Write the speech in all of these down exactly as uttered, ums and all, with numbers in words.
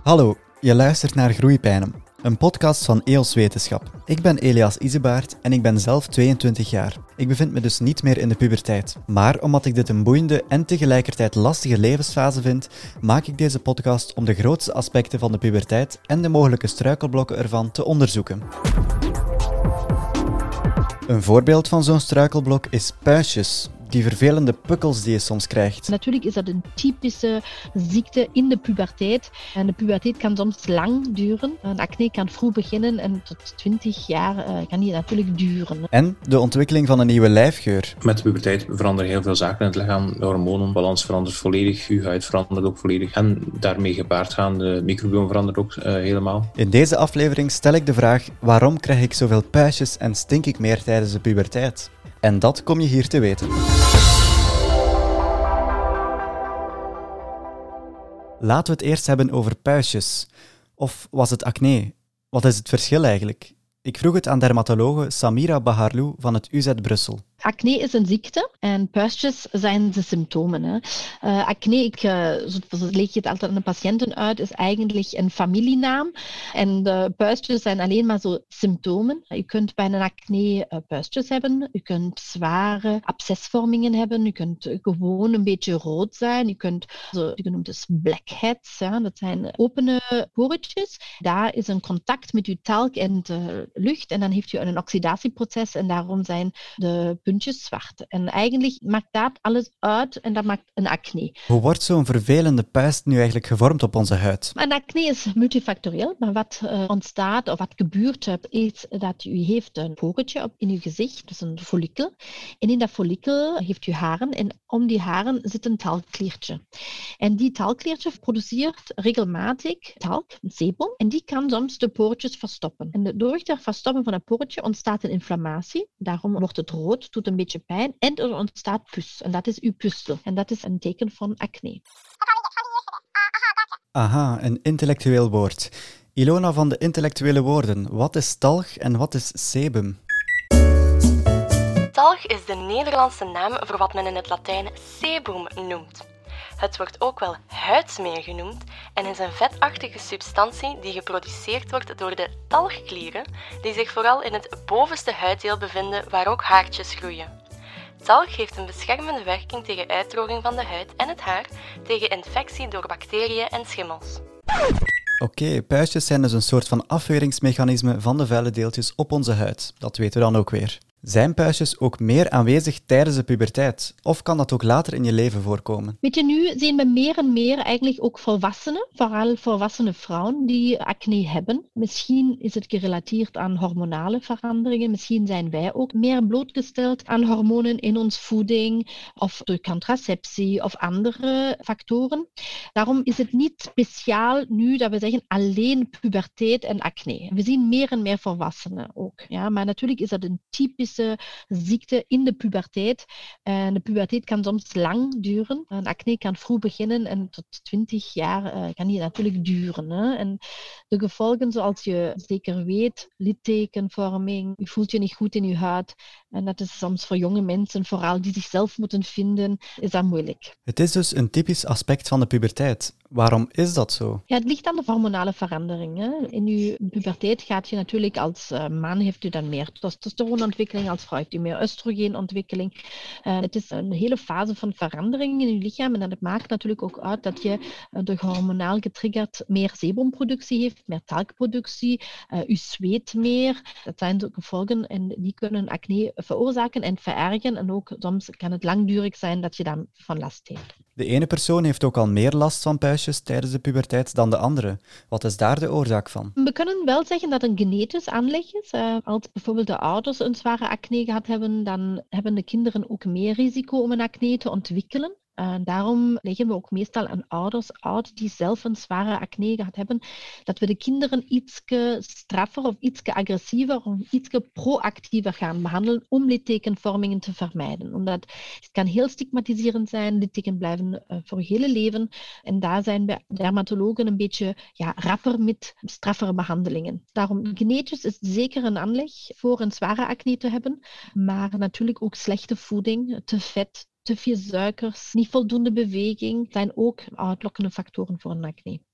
Hallo, je luistert naar Groeipijnen, een podcast van E O S Wetenschap. Ik ben Elias Isebaert en ik ben zelf tweeëntwintig jaar. Ik bevind me dus niet meer in de puberteit. Maar omdat ik dit een boeiende en tegelijkertijd lastige levensfase vind, maak ik deze podcast om de grootste aspecten van de puberteit en de mogelijke struikelblokken ervan te onderzoeken. Een voorbeeld van zo'n struikelblok is puistjes. Die vervelende pukkels die je soms krijgt. Natuurlijk is dat een typische ziekte in de puberteit. En de puberteit kan soms lang duren. Een acne kan vroeg beginnen en tot twintig jaar uh, kan die natuurlijk duren. En de ontwikkeling van een nieuwe lijfgeur. Met de puberteit veranderen heel veel zaken in het lichaam. De hormonenbalans verandert volledig, je huid verandert ook volledig. En daarmee gepaard gaan, de microbiome verandert ook uh, helemaal. In deze aflevering stel ik de vraag: waarom krijg ik zoveel puistjes en stink ik meer tijdens de puberteit? En dat kom je hier te weten. Laten we het eerst hebben over puistjes. Of was het acne? Wat is het verschil eigenlijk? Ik vroeg het aan dermatologe Samira Baharlou van het U Z Brussel. Acne is een ziekte en puistjes zijn de symptomen. Hè. Uh, acne, ik, uh, zo leg je het altijd aan de patiënten uit, is eigenlijk een familienaam. En de puistjes zijn alleen maar zo symptomen. Je kunt bij een acne uh, puistjes hebben, je kunt zware abscesvormingen hebben, je kunt gewoon een beetje rood zijn, je kunt zo genoemd is blackheads, ja, dat zijn opene poretjes. Daar is een contact met je talk en de lucht en dan heeft je een oxidatieproces en daarom zijn de puntjes zwart. En eigenlijk maakt dat alles uit en dat maakt een acne. Hoe wordt zo'n vervelende puist nu eigenlijk gevormd op onze huid? Een acne is multifactorieel, maar wat uh, ontstaat of wat gebeurt is dat u heeft een poretje op in uw gezicht, dus een follikel. En in dat follikel heeft u haren en om die haren zit een talkkliertje. En die talkkliertje produceert regelmatig talk, een sebum, en die kan soms de poortjes verstoppen. En door het verstoppen van een poortje ontstaat een inflammatie, daarom wordt het rood, doet een beetje pijn en er ontstaat pus. En dat is uw pustel. En dat is een teken van acne. Aha, een intellectueel woord. Ilona van de intellectuele woorden. Wat is talg en wat is sebum? Talg is de Nederlandse naam voor wat men in het Latijn sebum noemt. Het wordt ook wel huidsmeer genoemd en is een vetachtige substantie die geproduceerd wordt door de talgklieren, die zich vooral in het bovenste huiddeel bevinden waar ook haartjes groeien. Talg heeft een beschermende werking tegen uitdroging van de huid en het haar, tegen infectie door bacteriën en schimmels. Oké, okay, puistjes zijn dus een soort van afweeringsmechanisme van de vuile deeltjes op onze huid. Dat weten we dan ook weer. Zijn puistjes ook meer aanwezig tijdens de puberteit? Of kan dat ook later in je leven voorkomen? Weet je, nu zien we meer en meer eigenlijk ook volwassenen, vooral volwassene vrouwen die acne hebben. Misschien is het gerelateerd aan hormonale veranderingen. Misschien zijn wij ook meer blootgesteld aan hormonen in ons voeding of door contraceptie of andere factoren. Daarom is het niet speciaal nu dat we zeggen alleen puberteit en acne. We zien meer en meer volwassenen ook. Ja? Maar natuurlijk is dat een typisch ziekte in de puberteit. En de puberteit kan soms lang duren. Een acne kan vroeg beginnen en tot twintig jaar uh, kan die natuurlijk duren. Hè? En de gevolgen, zoals je zeker weet, littekenvorming, je voelt je niet goed in je huid. En dat is soms voor jonge mensen, vooral die zichzelf moeten vinden, is dat moeilijk. Het is dus een typisch aspect van de puberteit. Waarom is dat zo? Ja, het ligt aan de hormonale veranderingen. In je puberteit gaat je natuurlijk als uh, man heeft u dan meer testosteronontwikkeling, als vrouw heeft u meer oestrogenontwikkeling. Uh, het is een hele fase van verandering in je lichaam en dat maakt natuurlijk ook uit dat je uh, door hormonaal getriggerd meer sebumproductie heeft, meer talkproductie, uh, u zweet meer. Dat zijn de gevolgen en die kunnen acne veroorzaken en verergeren en ook soms kan het langdurig zijn dat je daarvan last heeft. De ene persoon heeft ook al meer last van puistjes tijdens de puberteit dan de andere. Wat is daar de oorzaak van? We kunnen wel zeggen dat een genetisch aanleg is. Uh, als bijvoorbeeld de ouders een zware acne gehad hebben, dan hebben de kinderen ook meer risico om een acne te ontwikkelen. Uh, daarom leggen we ook meestal aan ouders uit die zelf een zware acne gehad hebben, dat we de kinderen iets straffer of iets agressiever of iets proactiever gaan behandelen om littekenvormingen te vermijden. Omdat het kan heel stigmatiserend zijn, litteken blijven uh, voor je hele leven en daar zijn we dermatologen een beetje ja, rapper met straffere behandelingen. Daarom, genetisch is zeker een aanleg voor een zware acne te hebben, maar natuurlijk ook slechte voeding, te vet, te veel suikers, niet voldoende beweging zijn ook uitlokkende factoren voor een acne.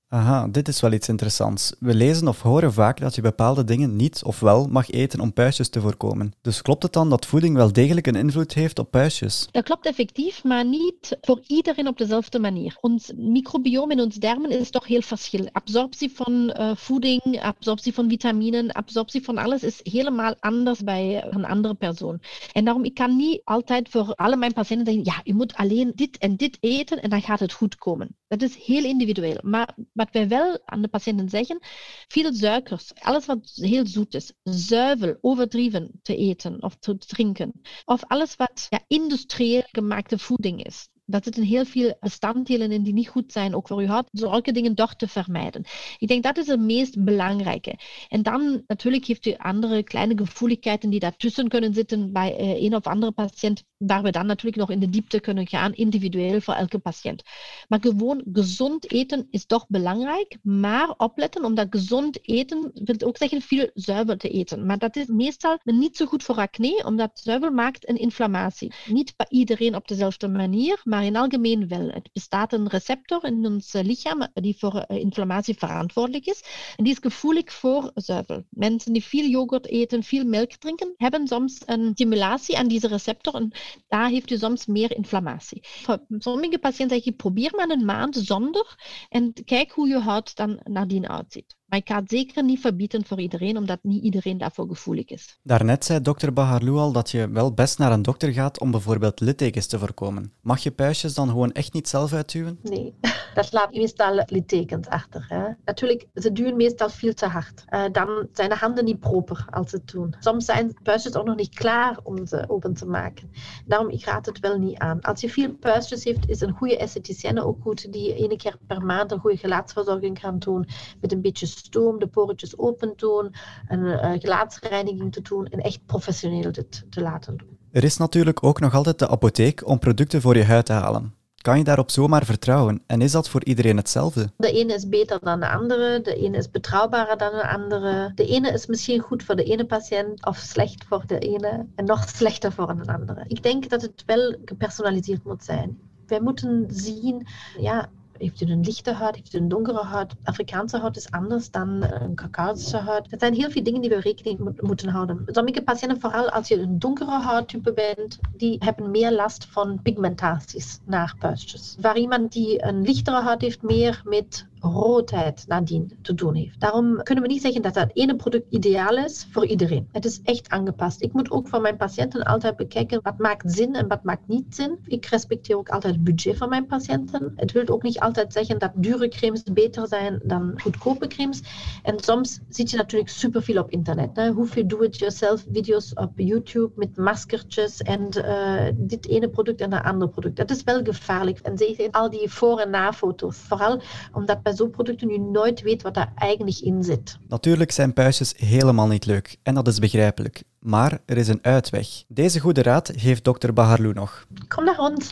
Aha, dit is wel iets interessants. We lezen of horen vaak dat je bepaalde dingen niet of wel mag eten om puistjes te voorkomen. Dus klopt het dan dat voeding wel degelijk een invloed heeft op puistjes? Dat klopt effectief, maar niet voor iedereen op dezelfde manier. Ons microbiome in ons darmen is toch heel verschillend. Absorptie van uh, voeding, absorptie van vitaminen, absorptie van alles is helemaal anders bij een andere persoon. En daarom, ik kan niet altijd voor alle mijn patiënten zeggen, ja, je moet alleen dit en dit eten en dan gaat het goed komen. Dat is heel individueel. Maar wat wij wel aan de patiënten zeggen, veel suikers, alles wat heel zoet is, zuivel, overdreven te eten of te drinken, of alles wat ja, industrieel gemaakte voeding is. Daar zitten heel veel bestanddelen in die niet goed zijn, ook voor je hart. Zulke dingen toch te vermijden. Ik denk dat is het meest belangrijke. En dan natuurlijk heeft u andere kleine gevoeligheden die daartussen kunnen zitten bij uh, een of andere patiënt, waar we dan natuurlijk nog in de diepte kunnen gaan, individueel voor elke patiënt. Maar gewoon gezond eten is toch belangrijk, maar opletten, omdat gezond eten wil ook zeggen veel zuivel te eten. Maar dat is meestal niet zo goed voor acne, omdat zuivel maakt een inflammatie. Niet bij iedereen op dezelfde manier, maar in algemeen wel. Het bestaat een receptor in ons lichaam die voor inflammatie verantwoordelijk is. En die is gevoelig voor zuivel. Mensen die veel yoghurt eten, veel melk drinken, hebben soms een stimulatie aan deze receptor. En daar heeft u soms meer inflammatie. Voor sommige patiënten zeg je, probeer maar een maand zonder en kijk hoe je huid dan nadien uitziet. Maar ik ga het zeker niet verbieden voor iedereen, omdat niet iedereen daarvoor gevoelig is. Daarnet zei dokter Baharlu al dat je wel best naar een dokter gaat om bijvoorbeeld littekens te voorkomen. Mag je puistjes dan gewoon echt niet zelf uitduwen? Nee, dat laat meestal littekens achter. Hè. Natuurlijk, ze duwen meestal veel te hard. Uh, dan zijn de handen niet proper als ze het doen. Soms zijn puistjes ook nog niet klaar om ze open te maken. Daarom, ik raad het wel niet aan. Als je veel puistjes heeft, is een goede estheticienne ook goed, die één keer per maand een goede gelaatsverzorging kan doen, met een beetje stoom, de poortjes open doen, een uh, gelaatsreiniging te doen en echt professioneel dit te laten doen. Er is natuurlijk ook nog altijd de apotheek om producten voor je huid te halen. Kan je daarop zomaar vertrouwen? En is dat voor iedereen hetzelfde? De ene is beter dan de andere, de ene is betrouwbaarder dan de andere. De ene is misschien goed voor de ene patiënt of slecht voor de ene en nog slechter voor een andere. Ik denk dat het wel gepersonaliseerd moet zijn. Wij moeten zien, ja, heeft u een lichte huid, heeft u een donkere huid? Afrikaanse huid is anders dan een Caucasische huid. Dat zijn heel veel dingen die we rekening mo- moeten houden. Sommige patiënten, vooral als je een donkere huidtype bent, die hebben meer last van pigmentaties naar puistjes. Waar iemand die een lichtere huid heeft, meer met roodheid nadien te doen heeft. Daarom kunnen we niet zeggen dat dat ene product ideaal is voor iedereen. Het is echt aangepast. Ik moet ook voor mijn patiënten altijd bekijken wat maakt zin en wat maakt niet zin. Ik respecteer ook altijd het budget van mijn patiënten. Het wil ook niet altijd zeggen dat dure crèmes beter zijn dan goedkope crèmes. En soms zie je natuurlijk superveel op internet. Hè? Hoeveel do-it-yourself video's op YouTube met maskertjes en uh, dit ene product en dat andere product. Dat is wel gevaarlijk. En zeker al die voor- en na-foto's. Vooral omdat bij zo'n producten je nooit weet wat daar eigenlijk in zit. Natuurlijk zijn puistjes helemaal niet leuk en dat is begrijpelijk. Maar er is een uitweg. Deze goede raad geeft dokter Baharlu nog. Kom naar ons.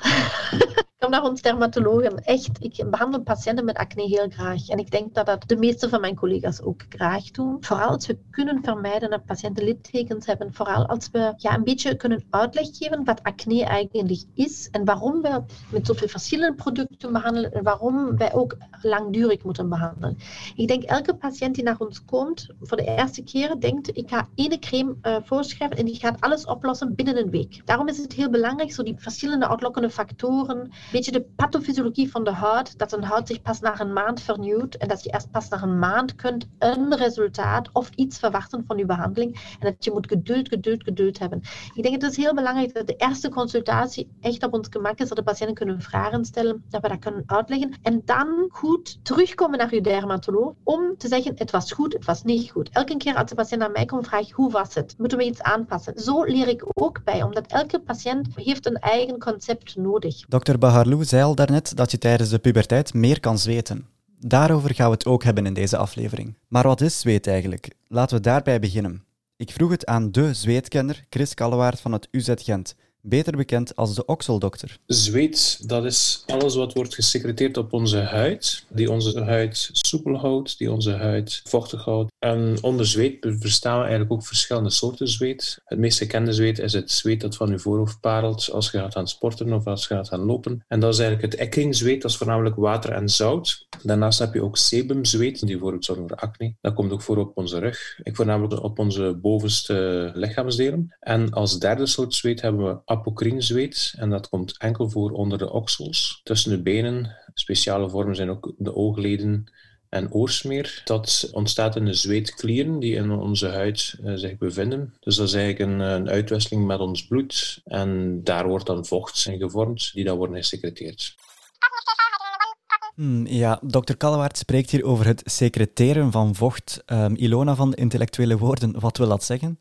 Kom naar ons dermatologen. Echt, ik behandel patiënten met acne heel graag. En ik denk dat dat de meeste van mijn collega's ook graag doen. Vooral als we kunnen vermijden dat patiënten littekens hebben. Vooral als we ja, een beetje kunnen uitleg geven wat acne eigenlijk is. En waarom we met zoveel verschillende producten behandelen. En waarom wij ook langdurig moeten behandelen. Ik denk elke patiënt die naar ons komt, voor de eerste keer denkt, ik ga één crème uh, voorschrijven en die gaat alles oplossen binnen een week. Daarom is het heel belangrijk, zo die verschillende uitlokkende factoren, een beetje de pathofysiologie van de huid, dat een huid zich pas na een maand vernieuwt en dat je eerst pas na een maand kunt een resultaat of iets verwachten van je behandeling en dat je moet geduld, geduld, geduld hebben. Ik denk het is heel belangrijk dat de eerste consultatie echt op ons gemak is, dat de patiënten kunnen vragen stellen, dat we dat kunnen uitleggen en dan goed terugkomen naar je dermatoloog om te zeggen, het was goed, het was niet goed. Elke keer als de patiënt naar mij komt, vraag ik, hoe was het? Moeten we iets aanpassen? Zo leer ik ook bij, omdat elke patiënt heeft een eigen concept nodig. dokter Baharlu zei al daarnet dat je tijdens de puberteit meer kan zweten. Daarover gaan we het ook hebben in deze aflevering. Maar wat is zweet eigenlijk? Laten we daarbij beginnen. Ik vroeg het aan de zweetkenner Chris Kallewaert van het U Z Gent, beter bekend als de okseldokter. Zweet, dat is alles wat wordt gesecreteerd op onze huid, die onze huid soepel houdt, die onze huid vochtig houdt. En onder zweet verstaan we eigenlijk ook verschillende soorten zweet. Het meest gekende zweet is het zweet dat van je voorhoofd parelt als je gaat gaan sporten of als je gaat gaan lopen. En dat is eigenlijk het ekringzweet, dat is voornamelijk water en zout. Daarnaast heb je ook sebumzweet, die bijvoorbeeld zorgen voor acne. Dat komt ook voor op onze rug. Ik voornamelijk op onze bovenste lichaamsdelen. En als derde soort zweet hebben we apocrienzweet. En dat komt enkel voor onder de oksels, tussen de benen. Speciale vormen zijn ook de oogleden en oorsmeer. Dat ontstaat in de zweetklieren die in onze huid uh, zich bevinden. Dus dat is eigenlijk een, een uitwisseling met ons bloed. En daar wordt dan vocht in gevormd, die dan worden gesecreteerd. Hmm, ja, dokter Kallewaert spreekt hier over het secreteren van vocht. Um, Ilona van de Intellectuele Woorden, wat wil dat zeggen?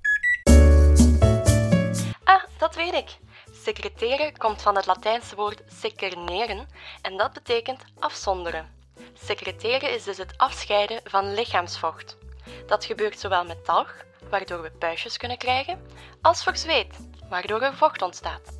Ah, dat weet ik. Secreteren komt van het Latijnse woord secerneren en dat betekent afzonderen. Secreteren is dus het afscheiden van lichaamsvocht. Dat gebeurt zowel met talg, waardoor we puistjes kunnen krijgen, als voor zweet, waardoor er vocht ontstaat.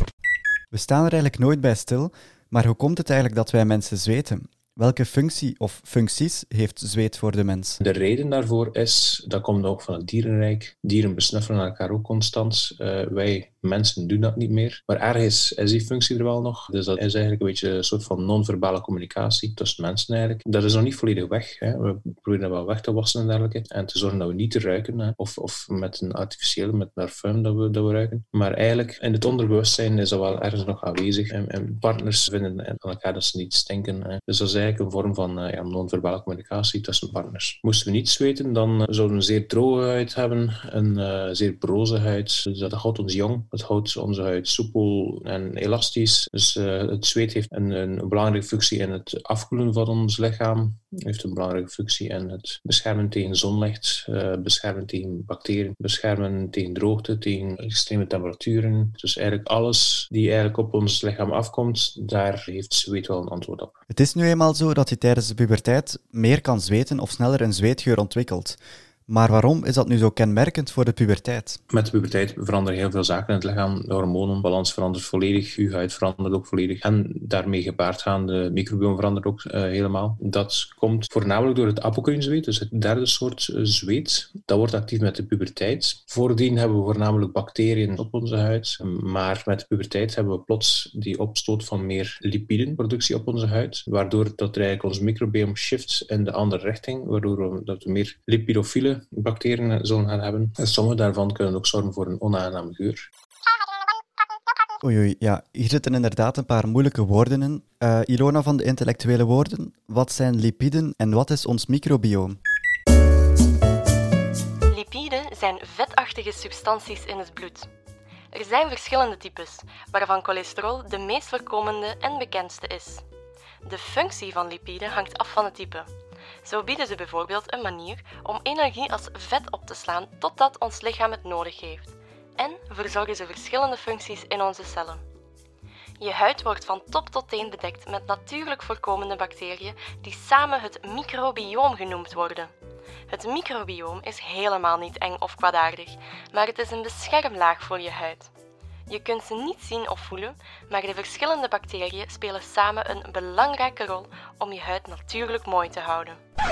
We staan er eigenlijk nooit bij stil, maar hoe komt het eigenlijk dat wij mensen zweten? Welke functie of functies heeft zweet voor de mens? De reden daarvoor is, dat komt ook van het dierenrijk. Dieren besnuffelen elkaar ook constant. Uh, wij mensen doen dat niet meer. Maar ergens is die functie er wel nog. Dus dat is eigenlijk een beetje een soort van non-verbale communicatie tussen mensen eigenlijk. Dat is nog niet volledig weg. Hè. We proberen dat wel weg te wassen en dergelijke. En te zorgen dat we niet te ruiken. Hè. Of, of met een artificiële, met parfum dat we, dat we ruiken. Maar eigenlijk in het onderbewustzijn is dat wel ergens nog aanwezig. En, en partners vinden aan elkaar dat ze niet stinken. Hè. Dus dat is eigenlijk een vorm van uh, ja, non-verbale communicatie tussen partners. Moesten we niet zweten, dan uh, zouden we een zeer droge huid hebben. Een uh, zeer broze huid. Dus dat houdt ons jong. Het houdt onze huid soepel en elastisch. Dus uh, het zweet heeft een, een belangrijke functie in het afkoelen van ons lichaam. Het heeft een belangrijke functie in het beschermen tegen zonlicht, uh, beschermen tegen bacteriën, beschermen tegen droogte, tegen extreme temperaturen. Dus eigenlijk alles die eigenlijk op ons lichaam afkomt, daar heeft zweet wel een antwoord op. Het is nu eenmaal zo dat je tijdens de puberteit meer kan zweten of sneller een zweetgeur ontwikkelt. Maar waarom is dat nu zo kenmerkend voor de puberteit? Met de puberteit veranderen heel veel zaken in het lichaam. De hormonenbalans verandert volledig, uw huid verandert ook volledig. En daarmee gepaard gaan, de microbiome verandert ook uh, helemaal. Dat komt voornamelijk door het apocrienzweet, dus het derde soort uh, zweet. Dat wordt actief met de puberteit. Voordien hebben we voornamelijk bacteriën op onze huid. Maar met de puberteit hebben we plots die opstoot van meer lipidenproductie op onze huid. Waardoor dat er eigenlijk ons microbiome shift in de andere richting. Waardoor we, dat we meer lipidofiele bacteriën zullen gaan hebben. En sommige daarvan kunnen ook zorgen voor een onaangename geur. Oei, oei, ja. Hier zitten inderdaad een paar moeilijke woorden in. Uh, Ilona van de Intellectuele Woorden, wat zijn lipiden en wat is ons microbioom? Lipiden zijn vetachtige substanties in het bloed. Er zijn verschillende types, waarvan cholesterol de meest voorkomende en bekendste is. De functie van lipiden hangt af van het type. Zo bieden ze bijvoorbeeld een manier om energie als vet op te slaan totdat ons lichaam het nodig heeft. En verzorgen ze verschillende functies in onze cellen. Je huid wordt van top tot teen bedekt met natuurlijk voorkomende bacteriën die samen het microbioom genoemd worden. Het microbioom is helemaal niet eng of kwaadaardig, maar het is een beschermlaag voor je huid. Je kunt ze niet zien of voelen, maar de verschillende bacteriën spelen samen een belangrijke rol om je huid natuurlijk mooi te houden.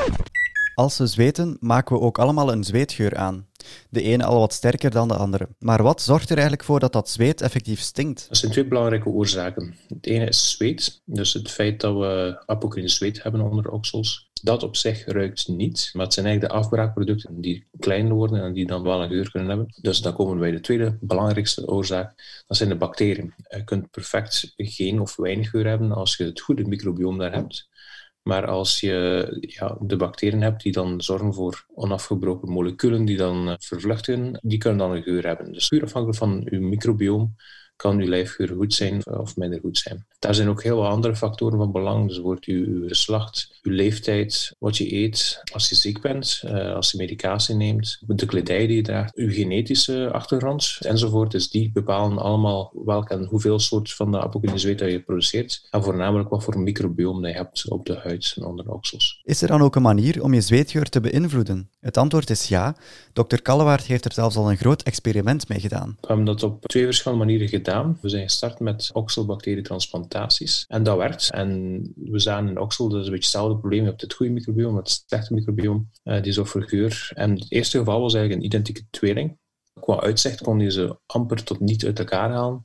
Als we zweten, maken we ook allemaal een zweetgeur aan. De ene al wat sterker dan de andere. Maar wat zorgt er eigenlijk voor dat dat zweet effectief stinkt? Er zijn twee belangrijke oorzaken. Het ene is zweet, dus het feit dat we apocrine zweet hebben onder de oksels. Dat op zich ruikt niet, maar het zijn eigenlijk de afbraakproducten die kleiner worden en die dan wel een geur kunnen hebben. Dus dan komen we bij de tweede belangrijkste oorzaak, dat zijn de bacteriën. Je kunt perfect geen of weinig geur hebben als je het goede microbioom daar hebt. Maar als je ja, de bacteriën hebt die dan zorgen voor onafgebroken moleculen die dan vervluchten, die kunnen dan een geur hebben. Dus puur afhankelijk van je microbioom kan uw lijfgeur goed zijn of minder goed zijn. Daar zijn ook heel wat andere factoren van belang. Dus wordt uw, uw geslacht, uw leeftijd, wat je eet, als je ziek bent, uh, als je medicatie neemt, de kledij die je draagt, uw genetische achtergrond enzovoort. Dus die bepalen allemaal welke en hoeveel soort van de apocrine zweet dat je produceert. En voornamelijk wat voor microbioom dat je hebt op de huid en onder de oksels. Is er dan ook een manier om je zweetgeur te beïnvloeden? Het antwoord is ja. dokter Kallewaert heeft er zelfs al een groot experiment mee gedaan. We hebben dat op twee verschillende manieren gedaan. We zijn gestart met okselbacterietransplantaties. En dat werkt. En we zagen in oksel, dat is een beetje hetzelfde probleem. Je hebt het goede microbioom, het slechte microbioom. Uh, die zorgt voor geur. En het eerste geval was eigenlijk een identieke tweeling. Qua uitzicht kon je ze amper tot niet uit elkaar halen.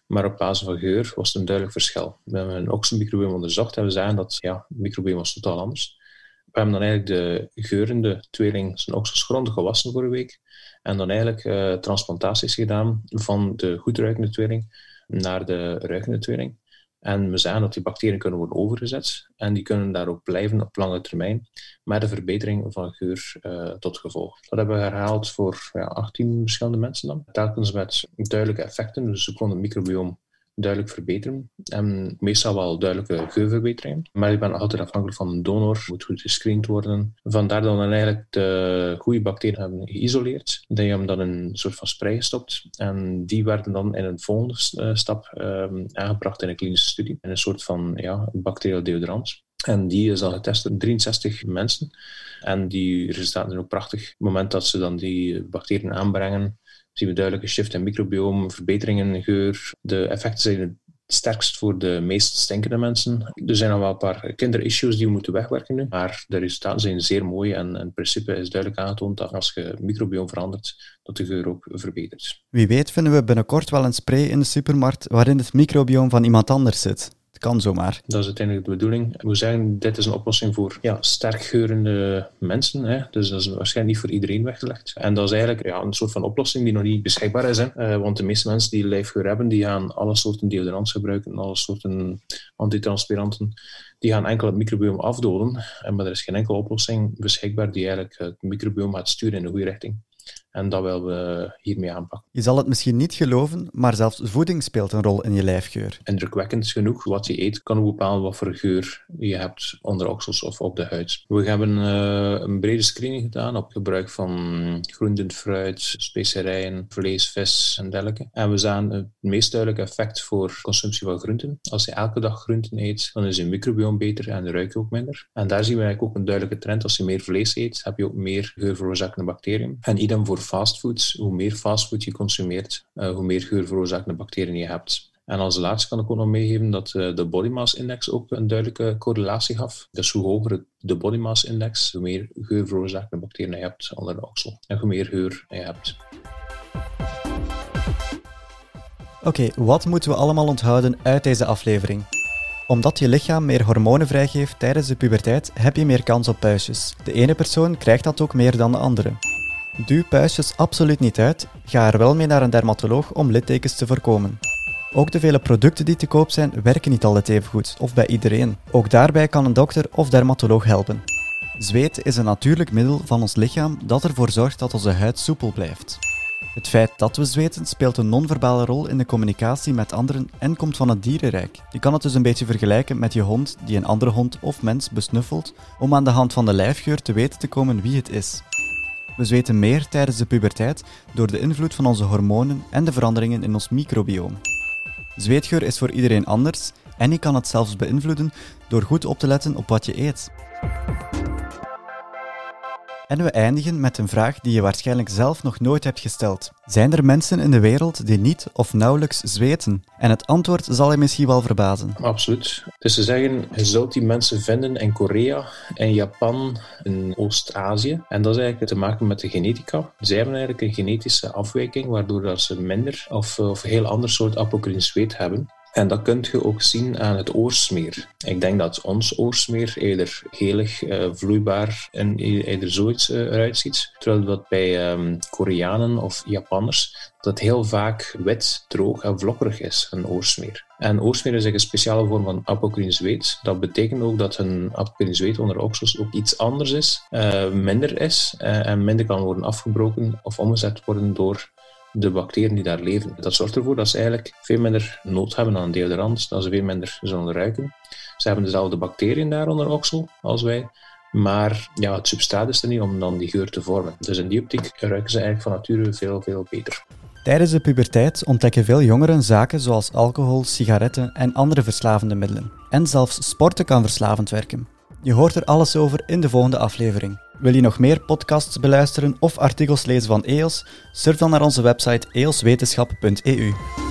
Maar op basis van geur was het een duidelijk verschil. We hebben een okselmicrobiome onderzocht en we zagen dat ja, het microbiome was totaal anders. We hebben dan eigenlijk de geurende tweeling zijn oksels grondig gewassen vorige week. En dan eigenlijk uh, transplantaties gedaan van de goed ruikende tweeling naar de ruikende tweeling. En we zagen dat die bacteriën kunnen worden overgezet. En die kunnen daar ook blijven op lange termijn. Met de verbetering van geur uh, tot gevolg. Dat hebben we herhaald voor ja, achttien verschillende mensen dan. Telkens met duidelijke effecten. Dus we konden het microbiome duidelijk verbeteren. En meestal wel duidelijke geurverbeteringen. Maar je bent altijd afhankelijk van een donor. Moet goed gescreend worden. Vandaar dat we dan eigenlijk de goede bacteriën hebben geïsoleerd. Dat je hem dan in een soort van spray gestopt. En die werden dan in een volgende stap um, aangebracht in een klinische studie. In een soort van ja, bacterieel deodorant. En die is al getest op drieënzestig mensen. En die resultaten zijn ook prachtig. Op het moment dat ze dan die bacteriën aanbrengen, zien we duidelijke shift in microbiome, verbeteringen in geur. De effecten zijn het sterkst voor de meest stinkende mensen. Er zijn nog wel een paar kinderissues die we moeten wegwerken nu, maar de resultaten zijn zeer mooi en in principe is duidelijk aangetoond dat als je het microbiome verandert, dat de geur ook verbetert. Wie weet vinden we binnenkort wel een spray in de supermarkt waarin het microbiome van iemand anders zit. Het kan zomaar. Dat is uiteindelijk de bedoeling. We zeggen, dit is een oplossing voor ja, sterk geurende mensen. Hè. Dus dat is waarschijnlijk niet voor iedereen weggelegd. En dat is eigenlijk ja, een soort van oplossing die nog niet beschikbaar is. Hè. Uh, want de meeste mensen die lijfgeur hebben, die gaan alle soorten deodorants gebruiken, alle soorten antitranspiranten. Die gaan enkel het microbiome afdoden. En, maar er is geen enkele oplossing beschikbaar die eigenlijk het microbiome gaat sturen in de goede richting. En dat willen we hiermee aanpakken. Je zal het misschien niet geloven, maar zelfs voeding speelt een rol in je lijfgeur. Indrukwekkend genoeg. Wat je eet kan ook bepalen wat voor geur je hebt onder oksels of op de huid. We hebben uh, een brede screening gedaan op gebruik van groenten, fruit, specerijen, vlees, vis en dergelijke. En we zagen het meest duidelijke effect voor consumptie van groenten. Als je elke dag groenten eet, dan is je microbiome beter en de ruik ook minder. En daar zien we eigenlijk ook een duidelijke trend. Als je meer vlees eet, heb je ook meer geurveroorzakende bacteriën. En idem voor fastfoods. Hoe meer fastfood je consumeert, uh, hoe meer geurveroorzakende bacteriën je hebt. En als laatste kan ik ook nog meegeven dat uh, de body mass index ook een duidelijke correlatie gaf. Dus hoe hoger de body mass index, hoe meer geurveroorzakende bacteriën je hebt onder de oksel. En hoe meer geur je hebt. Oké, okay, wat moeten we allemaal onthouden uit deze aflevering? Omdat je lichaam meer hormonen vrijgeeft tijdens de puberteit, heb je meer kans op puistjes. De ene persoon krijgt dat ook meer dan de andere. Duw puistjes absoluut niet uit, ga er wel mee naar een dermatoloog om littekens te voorkomen. Ook de vele producten die te koop zijn, werken niet altijd even goed, of bij iedereen. Ook daarbij kan een dokter of dermatoloog helpen. Zweet is een natuurlijk middel van ons lichaam dat ervoor zorgt dat onze huid soepel blijft. Het feit dat we zweten speelt een non-verbale rol in de communicatie met anderen en komt van het dierenrijk. Je kan het dus een beetje vergelijken met je hond die een andere hond of mens besnuffelt om aan de hand van de lijfgeur te weten te komen wie het is. We zweten meer tijdens de puberteit door de invloed van onze hormonen en de veranderingen in ons microbiome. Zweetgeur is voor iedereen anders en je kan het zelfs beïnvloeden door goed op te letten op wat je eet. En we eindigen met een vraag die je waarschijnlijk zelf nog nooit hebt gesteld. Zijn er mensen in de wereld die niet of nauwelijks zweten? En het antwoord zal je misschien wel verbazen. Absoluut. Dus te zeggen, je zult die mensen vinden in Korea, in Japan, in Oost-Azië. En dat is eigenlijk te maken met de genetica. Zij hebben eigenlijk een genetische afwijking, waardoor dat ze minder of, of een heel ander soort apocrine zweet hebben. En dat kun je ook zien aan het oorsmeer. Ik denk dat ons oorsmeer eerder gelig, uh, vloeibaar en eerder zoiets uh, eruit ziet. Terwijl dat bij um, Koreanen of Japanners dat heel vaak wit, droog en vlokkerig is, een oorsmeer. En oorsmeer is een speciale vorm van apocrine zweet. Dat betekent ook dat een apocrine zweet onder de oksels ook iets anders is, uh, minder is uh, en minder kan worden afgebroken of omgezet worden door de bacteriën die daar leven. Dat zorgt ervoor dat ze eigenlijk veel minder nood hebben aan een deodorant, dat ze veel minder zullen ruiken. Ze hebben dezelfde bacteriën daar onder oksel als wij, maar ja, het substraat is er niet om dan die geur te vormen. Dus in die optiek ruiken ze eigenlijk van nature veel, veel beter. Tijdens de puberteit ontdekken veel jongeren zaken zoals alcohol, sigaretten en andere verslavende middelen. En zelfs sporten kan verslavend werken. Je hoort er alles over in de volgende aflevering. Wil je nog meer podcasts beluisteren of artikels lezen van E O S? Surf dan naar onze website eoswetenschap punt e u.